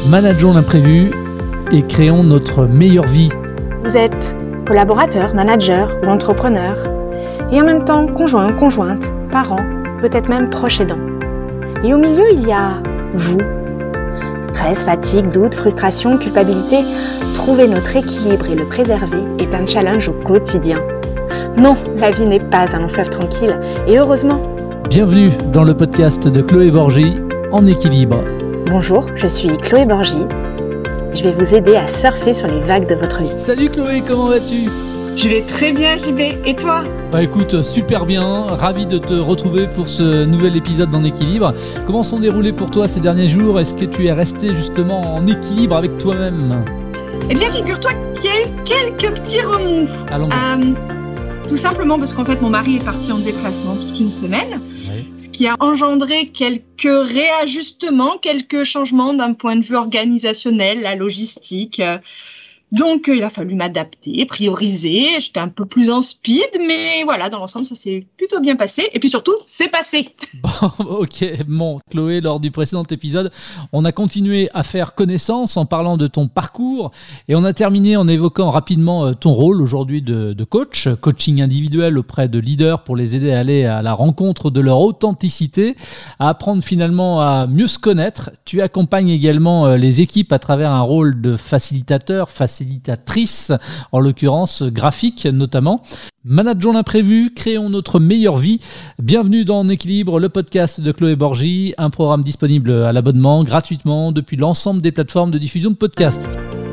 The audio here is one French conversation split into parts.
Manageons l'imprévu et créons notre meilleure vie. Vous êtes collaborateur, manager ou entrepreneur et en même temps conjoint, conjointe, parent, peut-être même proche aidant. Et au milieu, il y a vous. Stress, fatigue, doute, frustration, culpabilité. Trouver notre équilibre et le préserver est un challenge au quotidien. Non, la vie n'est pas un long fleuve tranquille et heureusement. Bienvenue dans le podcast de Chloé Borgy, En équilibre. Bonjour, je suis Chloé Borgy. Je vais vous aider à surfer sur les vagues de votre vie. Salut Chloé, comment vas-tu ? Je vais très bien JB, et toi ? Bah écoute, super bien, ravi de te retrouver pour ce nouvel épisode d'En équilibre. Comment sont déroulés pour toi ces derniers jours ? Est-ce que tu es resté justement en équilibre avec toi-même ? Eh bien, figure-toi qu'il y a eu quelques petits remous. Allons. Tout simplement parce qu'en fait, mon mari est parti en déplacement toute une semaine, ce qui a engendré quelques réajustements, quelques changements d'un point de vue organisationnel, la logistique. Donc, il a fallu m'adapter, prioriser. J'étais un peu plus en speed, mais voilà, dans l'ensemble, ça s'est plutôt bien passé. Et puis surtout, c'est passé. Bon, Chloé, lors du précédent épisode, on a continué à faire connaissance en parlant de ton parcours et on a terminé en évoquant rapidement ton rôle aujourd'hui de coach, coaching individuel auprès de leaders pour les aider à aller à la rencontre de leur authenticité, à apprendre finalement à mieux se connaître. Tu accompagnes également les équipes à travers un rôle de facilitatrice, en l'occurrence graphique notamment. Manageons l'imprévu, créons notre meilleure vie. Bienvenue dans En équilibre, le podcast de Chloé Borgy, un programme disponible à l'abonnement gratuitement depuis l'ensemble des plateformes de diffusion de podcasts.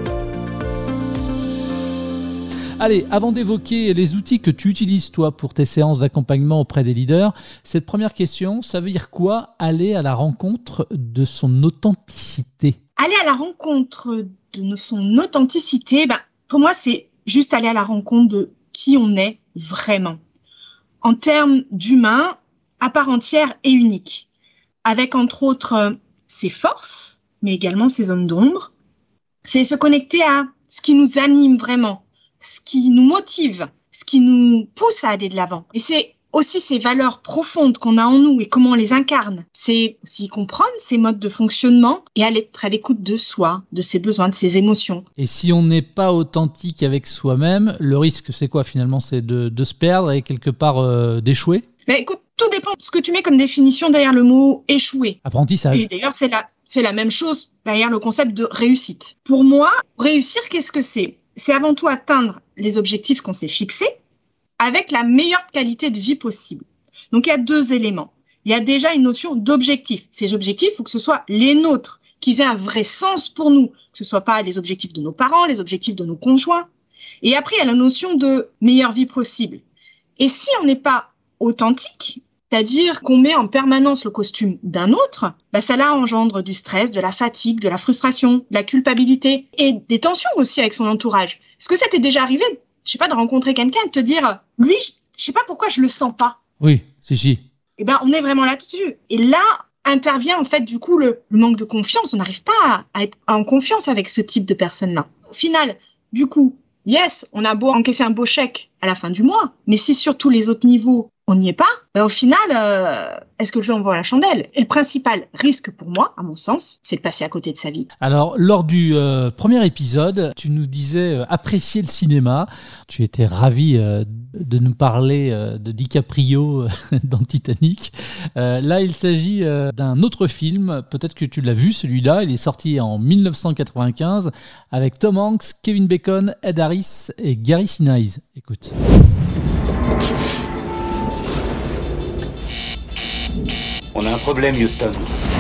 Allez, avant d'évoquer les outils que tu utilises toi pour tes séances d'accompagnement auprès des leaders, cette première question, ça veut dire quoi aller à la rencontre de son authenticité ? Aller à la rencontre de son authenticité, pour moi, c'est juste aller à la rencontre de qui on est vraiment. En termes d'humain, à part entière et unique. Avec entre autres ses forces, mais également ses zones d'ombre. C'est se connecter à ce qui nous anime vraiment, ce qui nous motive, ce qui nous pousse à aller de l'avant. Et c'est aussi ces valeurs profondes qu'on a en nous et comment on les incarne. C'est aussi comprendre ces modes de fonctionnement et être à l'écoute de soi, de ses besoins, de ses émotions. Et si on n'est pas authentique avec soi-même, le risque c'est quoi finalement ? C'est de se perdre et quelque part d'échouer ? Écoute, tout dépend de ce que tu mets comme définition derrière le mot échouer. Apprentissage. Et d'ailleurs, c'est la même chose derrière le concept de réussite. Pour moi, réussir, qu'est-ce que c'est ? C'est avant tout atteindre les objectifs qu'on s'est fixés avec la meilleure qualité de vie possible. Donc, il y a deux éléments. Il y a déjà une notion d'objectif. Ces objectifs, il faut que ce soit les nôtres, qu'ils aient un vrai sens pour nous, que ce soit pas les objectifs de nos parents, les objectifs de nos conjoints. Et après, il y a la notion de meilleure vie possible. Et si on n'est pas authentique, c'est-à-dire qu'on met en permanence le costume d'un autre, ça là engendre du stress, de la fatigue, de la frustration, de la culpabilité et des tensions aussi avec son entourage. Est-ce que ça t'est déjà arrivé, je sais pas, de rencontrer quelqu'un et de te dire, lui, je sais pas pourquoi je le sens pas. Oui, si. On est vraiment là-dessus. Et là, intervient en fait du coup le manque de confiance. On n'arrive pas à être en confiance avec ce type de personne-là. Au final, du coup, yes, on a beau encaisser un beau chèque à la fin du mois, mais si sur tous les autres niveaux, on n'y est pas, au final, est-ce que le jeu en vaut la chandelle ? Et le principal risque pour moi, à mon sens, c'est de passer à côté de sa vie. Alors, lors du premier épisode, tu nous disais apprécier le cinéma. Tu étais ravi de nous parler de DiCaprio dans Titanic. Là, il s'agit d'un autre film. Peut-être que tu l'as vu, celui-là. Il est sorti en 1995 avec Tom Hanks, Kevin Bacon, Ed Harris et Gary Sinise. Écoute. On a un problème, Houston.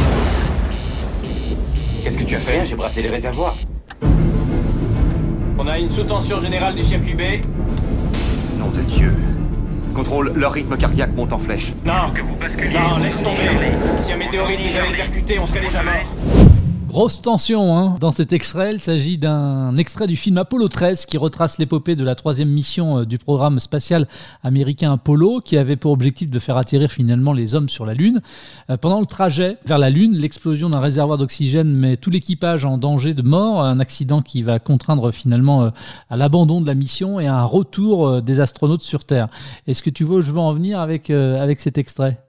Qu'est-ce que tu as fait ? J'ai brassé les réservoirs. On a une sous-tension générale du circuit B. Nom de Dieu. Contrôle, leur rythme cardiaque monte en flèche. Non, laisse tomber. Si un météorite nous avait percuté, on serait déjà morts. Grosse tension dans cet extrait. Il s'agit d'un extrait du film Apollo 13 qui retrace l'épopée de la 3e mission du programme spatial américain Apollo, qui avait pour objectif de faire atterrir finalement les hommes sur la Lune. Pendant le trajet vers la Lune, l'explosion d'un réservoir d'oxygène met tout l'équipage en danger de mort, un accident qui va contraindre finalement à l'abandon de la mission et à un retour des astronautes sur Terre. Est-ce que tu vois où je veux en venir avec cet extrait ?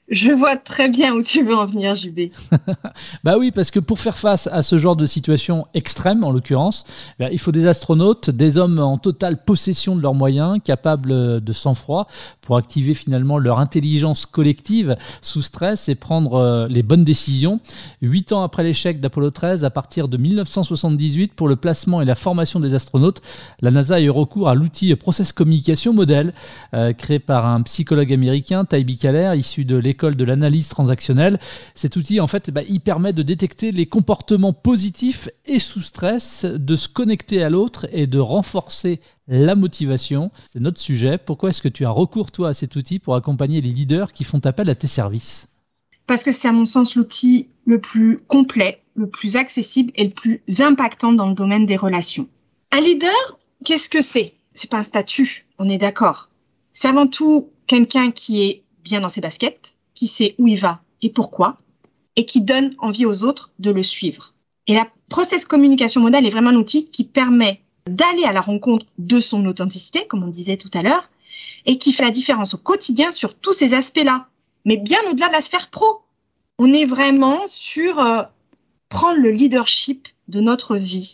Je vois très bien où tu veux en venir, JB. Bah oui, parce que pour faire face à ce genre de situation extrême, en l'occurrence, il faut des astronautes, des hommes en totale possession de leurs moyens, capables de sang-froid pour activer finalement leur intelligence collective sous stress et prendre les bonnes décisions. 8 ans après l'échec d'Apollo 13, à partir de 1978, pour le placement et la formation des astronautes, la NASA a eu recours à l'outil Process Communication Model, créé par un psychologue américain, Tybee Keller, issu de l'école de l'analyse transactionnelle. Cet outil, en fait, il permet de détecter les comportements positifs et sous stress, de se connecter à l'autre et de renforcer la motivation. C'est notre sujet. Pourquoi est-ce que tu as recours, toi, à cet outil pour accompagner les leaders qui font appel à tes services ? Parce que c'est, à mon sens, l'outil le plus complet, le plus accessible et le plus impactant dans le domaine des relations. Un leader, qu'est-ce que c'est ? C'est pas un statut, on est d'accord. C'est avant tout quelqu'un qui est bien dans ses baskets, qui sait où il va et pourquoi, et qui donne envie aux autres de le suivre. Et la Process Communication Model est vraiment un outil qui permet d'aller à la rencontre de son authenticité, comme on disait tout à l'heure, et qui fait la différence au quotidien sur tous ces aspects-là, mais bien au-delà de la sphère pro. On est vraiment sur prendre le leadership de notre vie.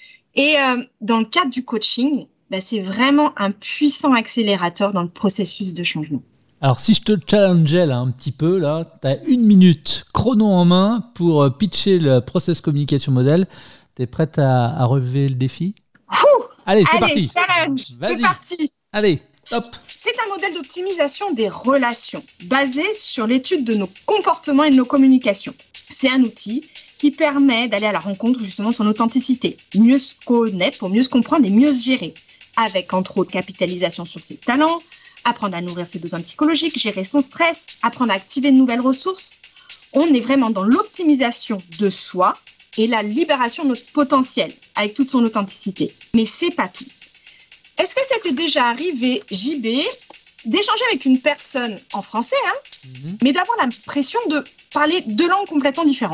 Et dans le cadre du coaching, c'est vraiment un puissant accélérateur dans le processus de changement. Alors, si je te challengeais là, un petit peu, là, tu as 1 minute chrono en main pour pitcher le Process Communication Model. Tu es prête à relever le défi ? Allez, c'est parti. Challenge, Vas-y. C'est parti. Allez, hop. C'est un modèle d'optimisation des relations basé sur l'étude de nos comportements et de nos communications. C'est un outil qui permet d'aller à la rencontre justement de son authenticité, mieux se connaître pour mieux se comprendre et mieux se gérer, avec entre autres capitalisation sur ses talents, apprendre à nourrir ses besoins psychologiques, gérer son stress, apprendre à activer de nouvelles ressources. On est vraiment dans l'optimisation de soi et la libération de notre potentiel avec toute son authenticité. Mais c'est pas tout. Est-ce que ça t'est déjà arrivé, JB, d'échanger avec une personne en français, mais d'avoir l'impression de parler deux langues complètement différentes ?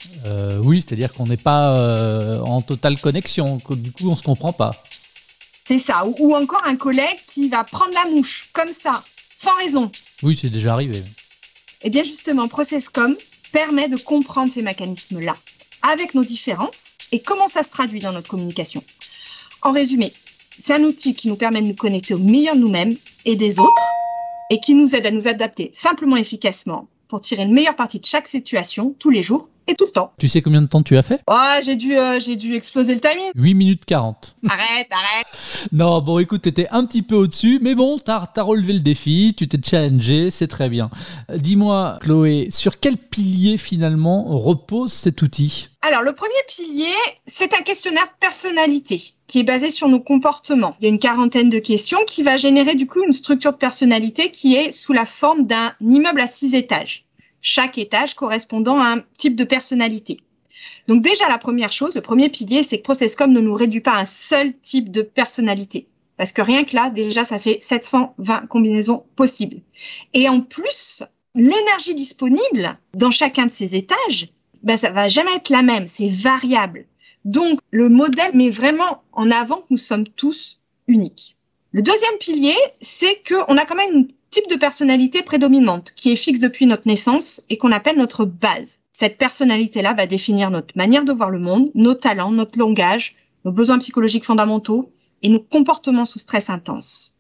Oui, c'est-à-dire qu'on n'est pas en totale connexion, du coup on se comprend pas. C'est ça, ou encore un collègue qui va prendre la mouche, comme ça, sans raison. Oui, c'est déjà arrivé. Eh bien justement, ProcessCom permet de comprendre ces mécanismes-là, avec nos différences, et comment ça se traduit dans notre communication. En résumé, c'est un outil qui nous permet de nous connecter au meilleur de nous-mêmes et des autres, et qui nous aide à nous adapter simplement et efficacement pour tirer une meilleure partie de chaque situation, tous les jours et tout le temps. Tu sais combien de temps tu as fait ? J'ai dû exploser le timing. 8 minutes 40. Arrête. Non, bon, écoute, t'étais un petit peu au-dessus, mais bon, t'as relevé le défi, tu t'es challengé, c'est très bien. Dis-moi, Chloé, sur quel pilier finalement repose cet outil ? Alors, le premier pilier, c'est un questionnaire de personnalité qui est basé sur nos comportements. Il y a une 40aine de questions qui va générer du coup une structure de personnalité qui est sous la forme d'un immeuble à 6 étages. Chaque étage correspondant à un type de personnalité. Donc déjà, la première chose, le premier pilier, c'est que ProcessCom ne nous réduit pas à un seul type de personnalité. Parce que rien que là, déjà, ça fait 720 combinaisons possibles. Et en plus, l'énergie disponible dans chacun de ces étages, ça va jamais être la même, c'est variable. Donc, le modèle met vraiment en avant que nous sommes tous uniques. Le deuxième pilier, c'est qu'on a quand même une type de personnalité prédominante qui est fixe depuis notre naissance et qu'on appelle notre base. Cette personnalité-là va définir notre manière de voir le monde, nos talents, notre langage, nos besoins psychologiques fondamentaux et nos comportements sous stress intense.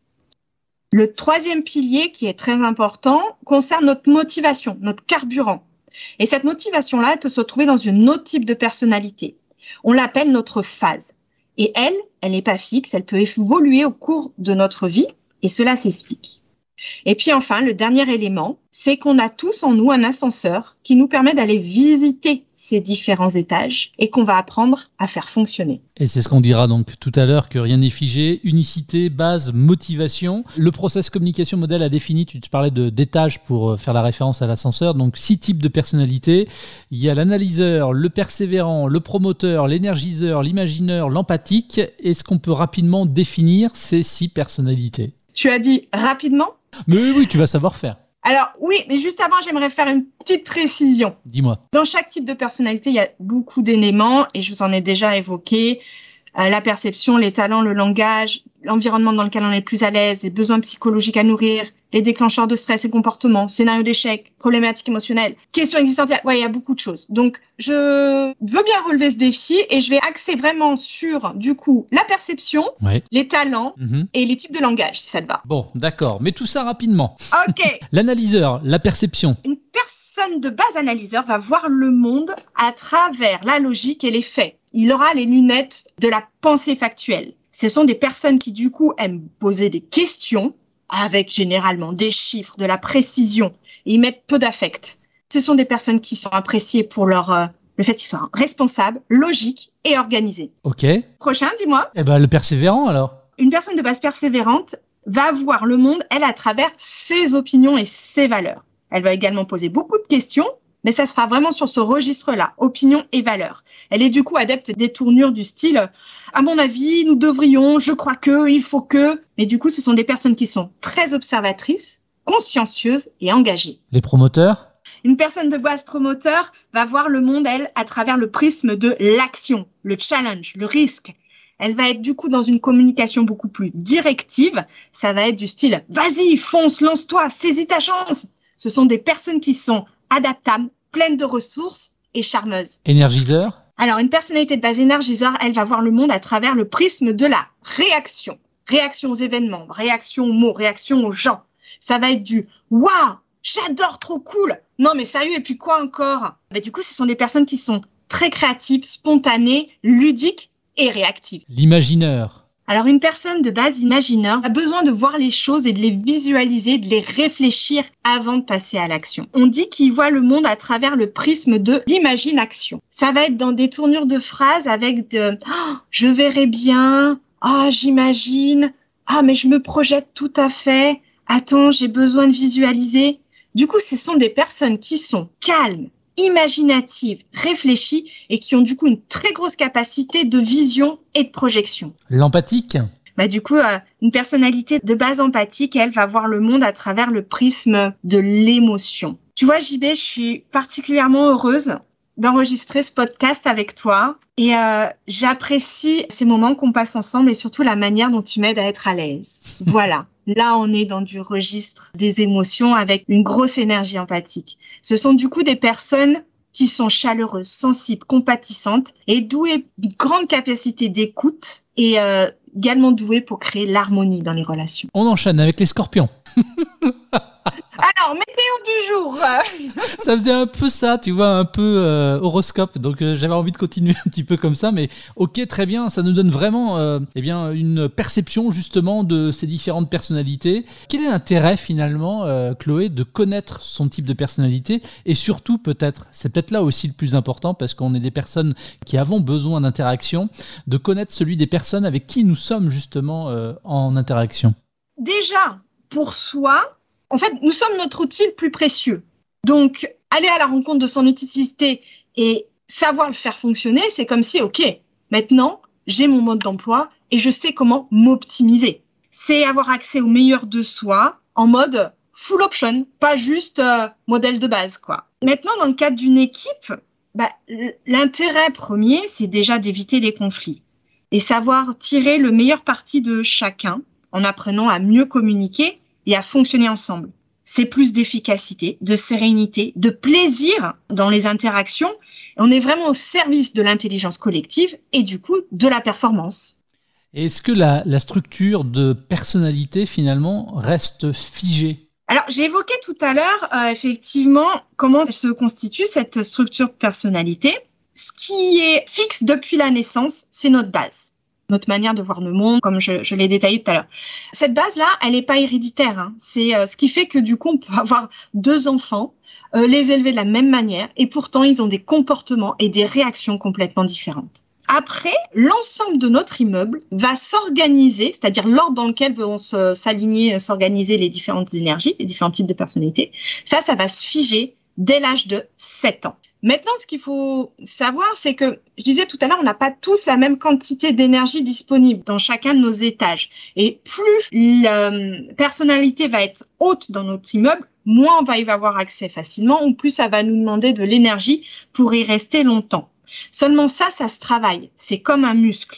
Le troisième pilier, qui est très important, concerne notre motivation, notre carburant. Et cette motivation-là, elle peut se retrouver dans un autre type de personnalité. On l'appelle notre phase. Et elle n'est pas fixe, elle peut évoluer au cours de notre vie et cela s'explique. Et puis enfin, le dernier élément, c'est qu'on a tous en nous un ascenseur qui nous permet d'aller visiter ces différents étages et qu'on va apprendre à faire fonctionner. Et c'est ce qu'on dira donc tout à l'heure, que rien n'est figé, unicité, base, motivation. Le Process Communication Model a défini, tu te parlais d'étages pour faire la référence à l'ascenseur, donc 6 types de personnalités. Il y a l'analyseur, le persévérant, le promoteur, l'énergiseur, l'imagineur, l'empathique. Est-ce qu'on peut rapidement définir ces 6 personnalités ? Tu as dit rapidement ? Mais oui, tu vas savoir faire. Alors oui, mais juste avant, j'aimerais faire une petite précision. Dis-moi. Dans chaque type de personnalité, il y a beaucoup d'éléments et je vous en ai déjà évoqué. La perception, les talents, le langage, l'environnement dans lequel on est le plus à l'aise, les besoins psychologiques à nourrir, les déclencheurs de stress et comportement, scénario d'échec, problématiques émotionnelles, questions existentielles. Ouais, il y a beaucoup de choses. Donc, je veux bien relever ce défi et je vais axer vraiment sur, du coup, la perception, les talents et les types de langage, si ça te va. Bon, d'accord. Mais tout ça rapidement. Ok. L'analyseur, la perception. Une personne de base analyseur va voir le monde à travers la logique et les faits. Il aura les lunettes de la pensée factuelle. Ce sont des personnes qui, du coup, aiment poser des questions avec généralement des chiffres, de la précision. Et ils mettent peu d'affect. Ce sont des personnes qui sont appréciées pour le fait qu'ils soient responsables, logiques et organisés. Ok. Prochain, dis-moi. Eh ben, le persévérant, alors. Une personne de base persévérante va voir le monde, elle, à travers ses opinions et ses valeurs. Elle va également poser beaucoup de questions, mais ça sera vraiment sur ce registre-là, opinions et valeurs. Elle est du coup adepte des tournures du style « à mon avis, nous devrions, je crois que, il faut que ». Mais du coup, ce sont des personnes qui sont très observatrices, consciencieuses et engagées. Les promoteurs ? Une personne de base promoteur va voir le monde, elle, à travers le prisme de l'action, le challenge, le risque. Elle va être du coup dans une communication beaucoup plus directive. Ça va être du style « vas-y, fonce, lance-toi, saisis ta chance ». Ce sont des personnes qui sont adaptables, pleines de ressources et charmeuses. Énergiseur ? Alors, une personnalité de base énergiseur, elle va voir le monde à travers le prisme de la réaction. Réaction aux événements, réaction aux mots, réaction aux gens. Ça va être du « waouh, j'adore, trop cool !» Non mais sérieux, et puis quoi encore ? Du coup, ce sont des personnes qui sont très créatives, spontanées, ludiques et réactives. L'imagineur. Alors, une personne de base imagineur a besoin de voir les choses et de les visualiser, de les réfléchir avant de passer à l'action. On dit qu'il voit le monde à travers le prisme de l'imagination. Ça va être dans des tournures de phrases avec de « je verrai bien »,« ah, j'imagine »,« ah, mais je me projette tout à fait »,« attends, j'ai besoin de visualiser ». Du coup, ce sont des personnes qui sont calmes, imaginatives, réfléchies et qui ont du coup une très grosse capacité de vision et de projection. L'empathique ? Du coup, une personnalité de base empathique, elle va voir le monde à travers le prisme de l'émotion. Tu vois, JB, je suis particulièrement heureuse d'enregistrer ce podcast avec toi et j'apprécie ces moments qu'on passe ensemble et surtout la manière dont tu m'aides à être à l'aise. Voilà. Là, on est dans du registre des émotions avec une grosse énergie empathique. Ce sont du coup des personnes qui sont chaleureuses, sensibles, compatissantes et douées d'une grande capacité d'écoute et également douées pour créer l'harmonie dans les relations. On enchaîne avec les scorpions. Alors, météo du jour. Ça faisait un peu ça, tu vois, un peu horoscope. Donc, j'avais envie de continuer un petit peu comme ça. Mais ok, très bien. Ça nous donne vraiment une perception justement de ces différentes personnalités. Quel est l'intérêt finalement, Chloé, de connaître son type de personnalité ? Et surtout, c'est peut-être là aussi le plus important parce qu'on est des personnes qui avons besoin d'interaction, de connaître celui des personnes avec qui nous sommes justement en interaction. Déjà, pour soi, en fait, nous sommes notre outil le plus précieux. Donc, aller à la rencontre de son utilité et savoir le faire fonctionner, c'est comme si, ok, maintenant, j'ai mon mode d'emploi et je sais comment m'optimiser. C'est avoir accès au meilleur de soi en mode full option, pas juste modèle de base, quoi. Maintenant, dans le cadre d'une équipe, l'intérêt premier, c'est déjà d'éviter les conflits et savoir tirer le meilleur parti de chacun en apprenant à mieux communiquer et à fonctionner ensemble. C'est plus d'efficacité, de sérénité, de plaisir dans les interactions. On est vraiment au service de l'intelligence collective et du coup de la performance. Est-ce que la structure de personnalité finalement reste figée ? Alors, j'ai évoqué tout à l'heure effectivement comment se constitue cette structure de personnalité. Ce qui est fixe depuis la naissance, c'est notre base. Notre manière de voir le monde, comme je l'ai détaillé tout à l'heure. Cette base-là, elle n'est pas héréditaire. Hein. C'est ce qui fait que du coup, on peut avoir 2 enfants, les élever de la même manière, et pourtant, ils ont des comportements et des réactions complètement différentes. Après, l'ensemble de notre immeuble va s'organiser, c'est-à-dire l'ordre dans lequel vont s'organiser les différentes énergies, les différents types de personnalités. Ça va se figer dès l'âge de 7 ans. Maintenant, ce qu'il faut savoir, c'est que, je disais tout à l'heure, on n'a pas tous la même quantité d'énergie disponible dans chacun de nos étages. Et plus la personnalité va être haute dans notre immeuble, moins on va y avoir accès facilement, ou plus ça va nous demander de l'énergie pour y rester longtemps. Seulement ça se travaille. C'est comme un muscle.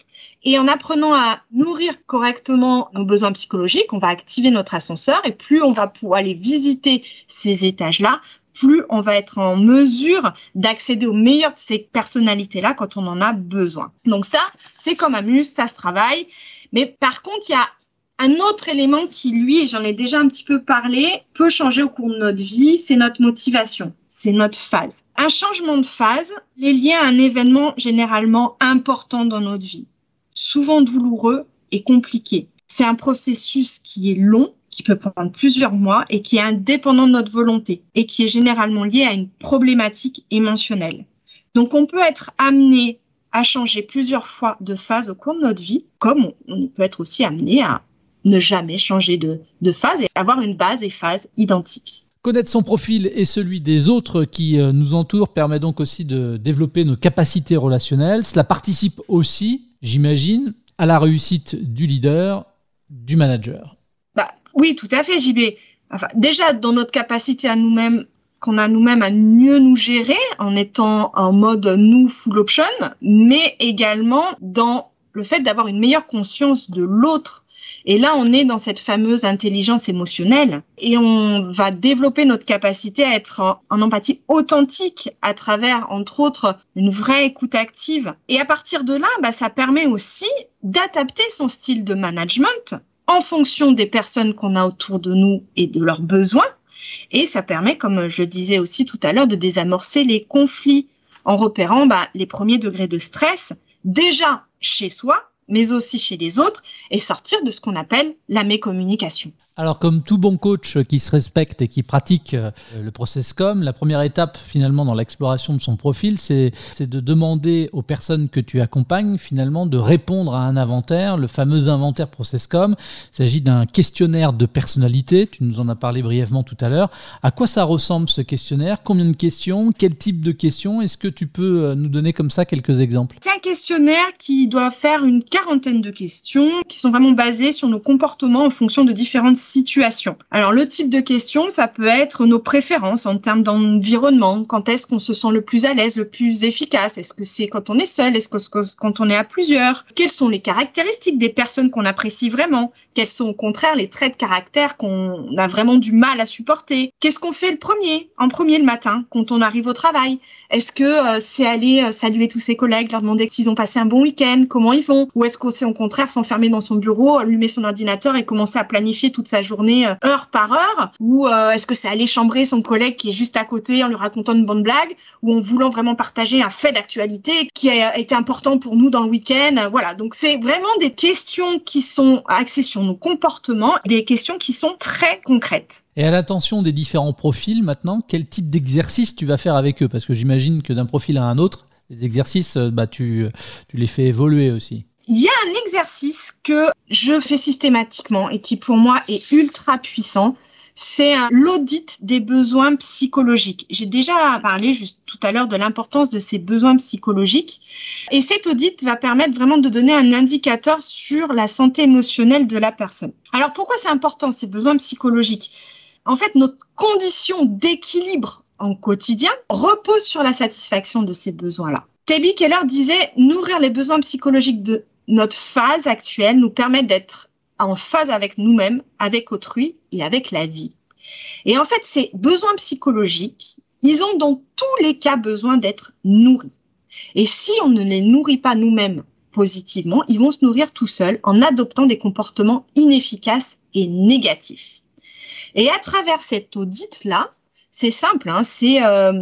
Et en apprenant à nourrir correctement nos besoins psychologiques, on va activer notre ascenseur et plus on va pouvoir aller visiter ces étages-là, plus on va être en mesure d'accéder au meilleur de ces personnalités-là quand on en a besoin. Donc ça, c'est comme un muscle, ça se travaille. Mais par contre, il y a un autre élément qui, lui, et j'en ai déjà un petit peu parlé, peut changer au cours de notre vie, c'est notre motivation, c'est notre phase. Un changement de phase est lié à un événement généralement important dans notre vie, souvent douloureux et compliqué. C'est un processus qui est long, qui peut prendre plusieurs mois et qui est indépendant de notre volonté et qui est généralement lié à une problématique émotionnelle. Donc, on peut être amené à changer plusieurs fois de phase au cours de notre vie, comme on peut être aussi amené à ne jamais changer de phase et avoir une base et phase identiques. Connaître son profil et celui des autres qui nous entourent permet donc aussi de développer nos capacités relationnelles. Cela participe aussi, j'imagine, à la réussite du leader, du manager. Oui, tout à fait, JB. Enfin, déjà, dans notre capacité à nous-mêmes, qu'on a nous-mêmes à mieux nous gérer en étant en mode nous full option, mais également dans le fait d'avoir une meilleure conscience de l'autre. Et là, on est dans cette fameuse intelligence émotionnelle et on va développer notre capacité à être en empathie authentique à travers, entre autres, une vraie écoute active. Et à partir de là, ça permet aussi d'adapter son style de management en fonction des personnes qu'on a autour de nous et de leurs besoins. Et ça permet, comme je disais aussi tout à l'heure, de désamorcer les conflits en repérant les premiers degrés de stress, déjà chez soi, mais aussi chez les autres, et sortir de ce qu'on appelle la mécommunication. Alors, comme tout bon coach qui se respecte et qui pratique le process com, la première étape finalement dans l'exploration de son profil, c'est de demander aux personnes que tu accompagnes finalement de répondre à un inventaire, le fameux inventaire process com. Il s'agit d'un questionnaire de personnalité, tu nous en as parlé brièvement tout à l'heure. À quoi ça ressemble ce questionnaire ? Combien de questions ? Quel type de questions ? Est-ce que tu peux nous donner comme ça quelques exemples ? C'est un questionnaire qui doit faire une 40aine de questions qui sont vraiment basées sur nos comportements en fonction de différentes situation. Alors, le type de question, ça peut être nos préférences en termes d'environnement. Quand est-ce qu'on se sent le plus à l'aise, le plus efficace ? Est-ce que c'est quand on est seul ? Est-ce que quand on est à plusieurs ? Quelles sont les caractéristiques des personnes qu'on apprécie vraiment ? Quels sont au contraire les traits de caractère qu'on a vraiment du mal à supporter ? Qu'est-ce qu'on fait en premier le matin quand on arrive au travail ? Est-ce que c'est aller saluer tous ses collègues, leur demander s'ils ont passé un bon week-end, comment ils vont ? Ou est-ce que c'est au contraire s'enfermer dans son bureau, allumer son ordinateur et commencer à planifier toute sa journée heure par heure ? Ou est-ce que c'est aller chambrer son collègue qui est juste à côté en lui racontant une bonne blague ou en voulant vraiment partager un fait d'actualité qui a été important pour nous dans le week-end ? Voilà, donc c'est vraiment des questions qui sont axées sur nos comportements, des questions qui sont très concrètes. Et à l'attention des différents profils maintenant, quel type d'exercice tu vas faire avec eux ? Parce que j'imagine que d'un profil à un autre, les exercices, tu les fais évoluer aussi. Il y a un exercice que je fais systématiquement et qui pour moi est ultra puissant. C'est l'audit des besoins psychologiques. J'ai déjà parlé juste tout à l'heure de l'importance de ces besoins psychologiques. Et cet audit va permettre vraiment de donner un indicateur sur la santé émotionnelle de la personne. Alors pourquoi c'est important ces besoins psychologiques ? En fait, notre condition d'équilibre en quotidien repose sur la satisfaction de ces besoins-là. T.B. Keller disait « Nourrir les besoins psychologiques de notre phase actuelle nous permet d'être en phase avec nous-mêmes, avec autrui et avec la vie. » Et en fait, ces besoins psychologiques, ils ont dans tous les cas besoin d'être nourris. Et si on ne les nourrit pas nous-mêmes positivement, ils vont se nourrir tout seuls en adoptant des comportements inefficaces et négatifs. Et à travers cet audit-là, c'est simple, c'est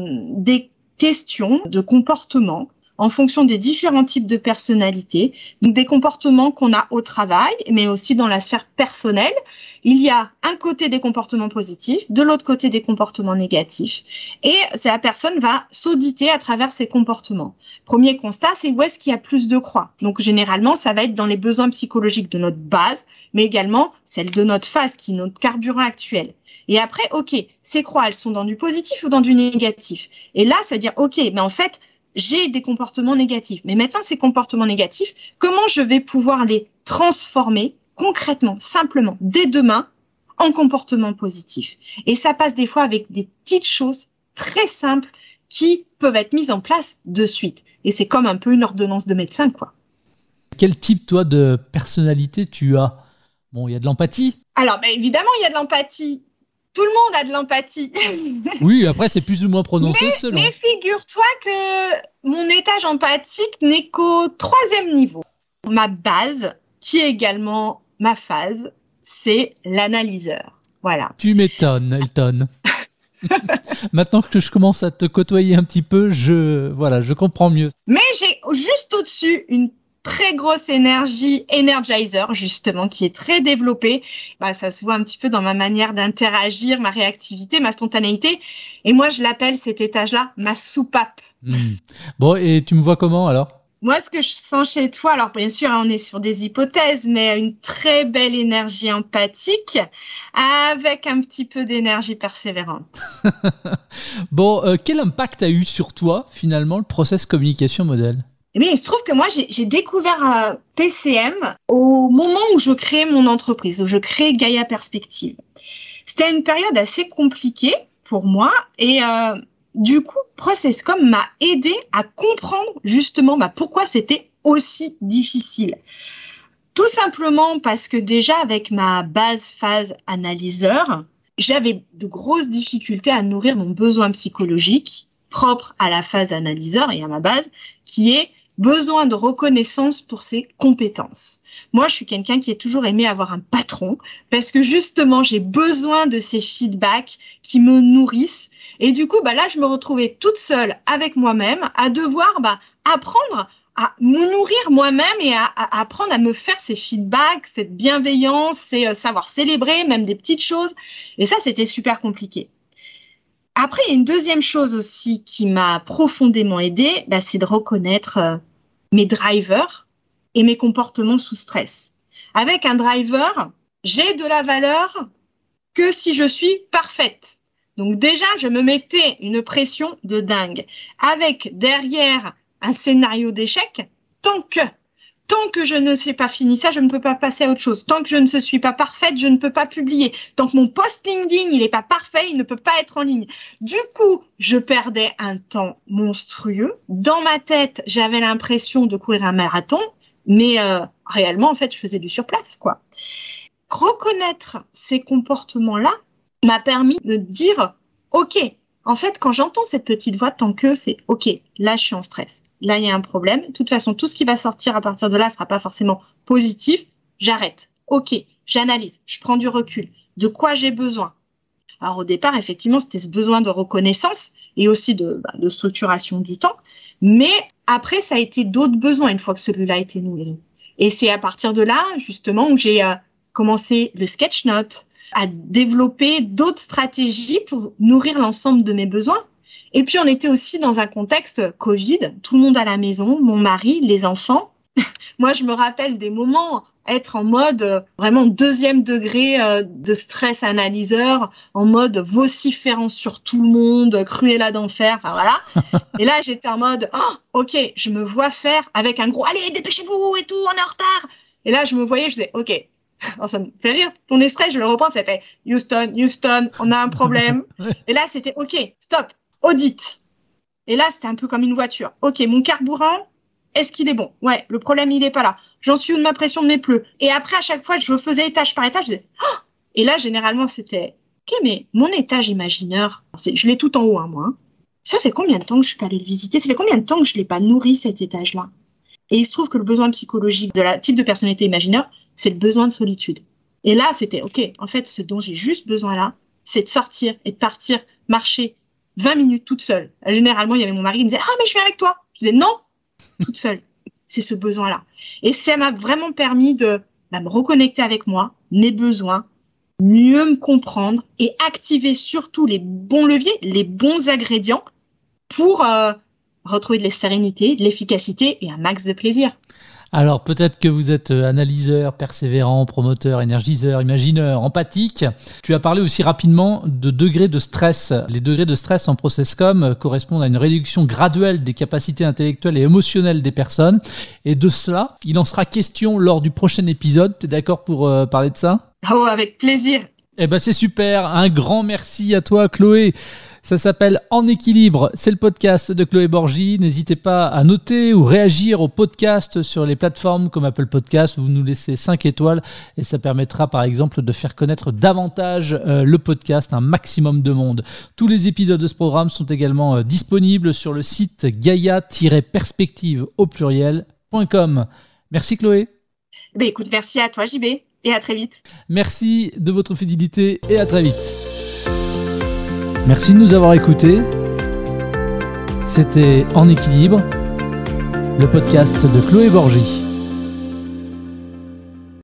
des questions de comportement en fonction des différents types de personnalités, donc des comportements qu'on a au travail, mais aussi dans la sphère personnelle. Il y a un côté des comportements positifs, de l'autre côté des comportements négatifs, et la personne va s'auditer à travers ces comportements. Premier constat, c'est où est-ce qu'il y a plus de croix. Donc généralement, ça va être dans les besoins psychologiques de notre base, mais également celle de notre phase, qui est notre carburant actuel. Et après, ok, ces croix, elles sont dans du positif ou dans du négatif. Et là, ça veut dire, ok, mais en fait, j'ai des comportements négatifs. Mais maintenant, ces comportements négatifs, comment je vais pouvoir les transformer concrètement, simplement, dès demain, en comportements positifs? Et ça passe des fois avec des petites choses très simples qui peuvent être mises en place de suite. Et c'est comme un peu une ordonnance de médecin, quoi. Quel type, toi, de personnalité tu as ? Bon, il y a de l'empathie. Alors, évidemment, il y a de l'empathie. Tout le monde a de l'empathie. Oui, après, c'est plus ou moins prononcé selon. Mais figure-toi que mon étage empathique n'est qu'au 3e niveau. Ma base, qui est également ma phase, c'est l'analyseur. Voilà. Tu m'étonnes, Elton. Maintenant que je commence à te côtoyer un petit peu, je comprends mieux. Mais j'ai juste au-dessus une très grosse énergie Energizer, justement, qui est très développée. Ça se voit un petit peu dans ma manière d'interagir, ma réactivité, ma spontanéité. Et moi, je l'appelle cet étage-là ma soupape. Bon, et tu me vois comment alors ? Moi, ce que je sens chez toi, alors bien sûr, on est sur des hypothèses, mais une très belle énergie empathique avec un petit peu d'énergie persévérante. Bon, quel impact a eu sur toi, finalement, le process communication modèle ? Eh bien, il se trouve que moi, j'ai découvert PCM au moment où je créais mon entreprise, où je créais Gaïa Perspective. C'était une période assez compliquée pour moi et du coup, ProcessCom m'a aidé à comprendre justement pourquoi c'était aussi difficile. Tout simplement parce que déjà avec ma base phase analyseur, j'avais de grosses difficultés à nourrir mon besoin psychologique propre à la phase analyseur et à ma base, qui est besoin de reconnaissance pour ses compétences. Moi, je suis quelqu'un qui a toujours aimé avoir un patron parce que justement, j'ai besoin de ces feedbacks qui me nourrissent. Et du coup, là, je me retrouvais toute seule avec moi-même à devoir apprendre à me nourrir moi-même et à apprendre à me faire ces feedbacks, cette bienveillance, savoir célébrer même des petites choses. Et ça, c'était super compliqué. Après, il y a une deuxième chose aussi qui m'a profondément aidée, c'est de reconnaître mes drivers et mes comportements sous stress. Avec un driver, j'ai de la valeur que si je suis parfaite. Donc déjà, je me mettais une pression de dingue. Avec derrière un scénario d'échec, tant que je ne sais pas fini ça, je ne peux pas passer à autre chose. Tant que je ne suis pas parfaite, je ne peux pas publier. Tant que mon post LinkedIn, il n'est pas parfait, il ne peut pas être en ligne. Du coup, je perdais un temps monstrueux. Dans ma tête, j'avais l'impression de courir un marathon, mais réellement, en fait, je faisais du surplace, quoi. Reconnaître ces comportements-là m'a permis de dire, OK, en fait, quand j'entends cette petite voix, tant que c'est OK, là, je suis en stress. Là, il y a un problème. De toute façon, tout ce qui va sortir à partir de là sera pas forcément positif. J'arrête. OK, j'analyse. Je prends du recul. De quoi j'ai besoin? Alors, au départ, effectivement, c'était ce besoin de reconnaissance et aussi de structuration du temps. Mais après, ça a été d'autres besoins une fois que celui-là a été nourri. Et c'est à partir de là, justement, où j'ai commencé le sketch note, à développer d'autres stratégies pour nourrir l'ensemble de mes besoins. Et puis, on était aussi dans un contexte Covid, tout le monde à la maison, mon mari, les enfants. Moi, je me rappelle des moments être en mode vraiment 2e degré de stress analyseur, en mode vociférant sur tout le monde, cruella d'enfer, voilà. Et là, j'étais en mode, OK, je me vois faire avec un gros, allez, dépêchez-vous et tout, on est en retard. Et là, je me voyais, je disais, OK. Alors, ça me fait rire. Ton extrait, je le reprends, ça fait Houston, on a un problème. Et là, c'était OK, stop, audit. Et là, c'était un peu comme une voiture. OK, mon carburant, est-ce qu'il est bon? Ouais, le problème, il est pas là. J'en suis où de ma pression de mes pneus? Et après, à chaque fois, je faisais étage par étage, je disais, et là, généralement, c'était, OK, mais mon étage imaginaire, je l'ai tout en haut, moi. Ça fait combien de temps que je suis pas allée le visiter? Ça fait combien de temps que je l'ai pas nourri, cet étage-là? Et il se trouve que le besoin psychologique de la type de personnalité imaginaire, c'est le besoin de solitude. Et là, c'était, OK, en fait, ce dont j'ai juste besoin là, c'est de sortir et de partir marcher 20 minutes toute seule. Généralement, il y avait mon mari qui me disait, mais je viens avec toi. Je disais, non, toute seule. C'est ce besoin-là. Et ça m'a vraiment permis de me reconnecter avec moi, mes besoins, mieux me comprendre et activer surtout les bons leviers, les bons ingrédients pour retrouver de la sérénité, de l'efficacité et un max de plaisir. Alors peut-être que vous êtes analyseur, persévérant, promoteur, énergiseur, imagineur, empathique. Tu as parlé aussi rapidement de degrés de stress. Les degrés de stress en ProcessCom correspondent à une réduction graduelle des capacités intellectuelles et émotionnelles des personnes. Et de cela, il en sera question lors du prochain épisode. Tu es d'accord pour parler de ça? Oh, avec plaisir. Eh ben c'est super. Un grand merci à toi, Chloé. Ça s'appelle En équilibre, c'est le podcast de Chloé Borgy. N'hésitez pas à noter ou réagir au podcast sur les plateformes comme Apple Podcast. Vous nous laissez 5 étoiles et ça permettra par exemple de faire connaître davantage le podcast à un maximum de monde. Tous les épisodes de ce programme sont également disponibles sur le site gaia-perspective au pluriel.com. Merci Chloé. Écoute, merci à toi JB et à très vite. Merci de votre fidélité et à très vite. Merci de nous avoir écoutés. C'était En équilibre, le podcast de Chloé Borgy.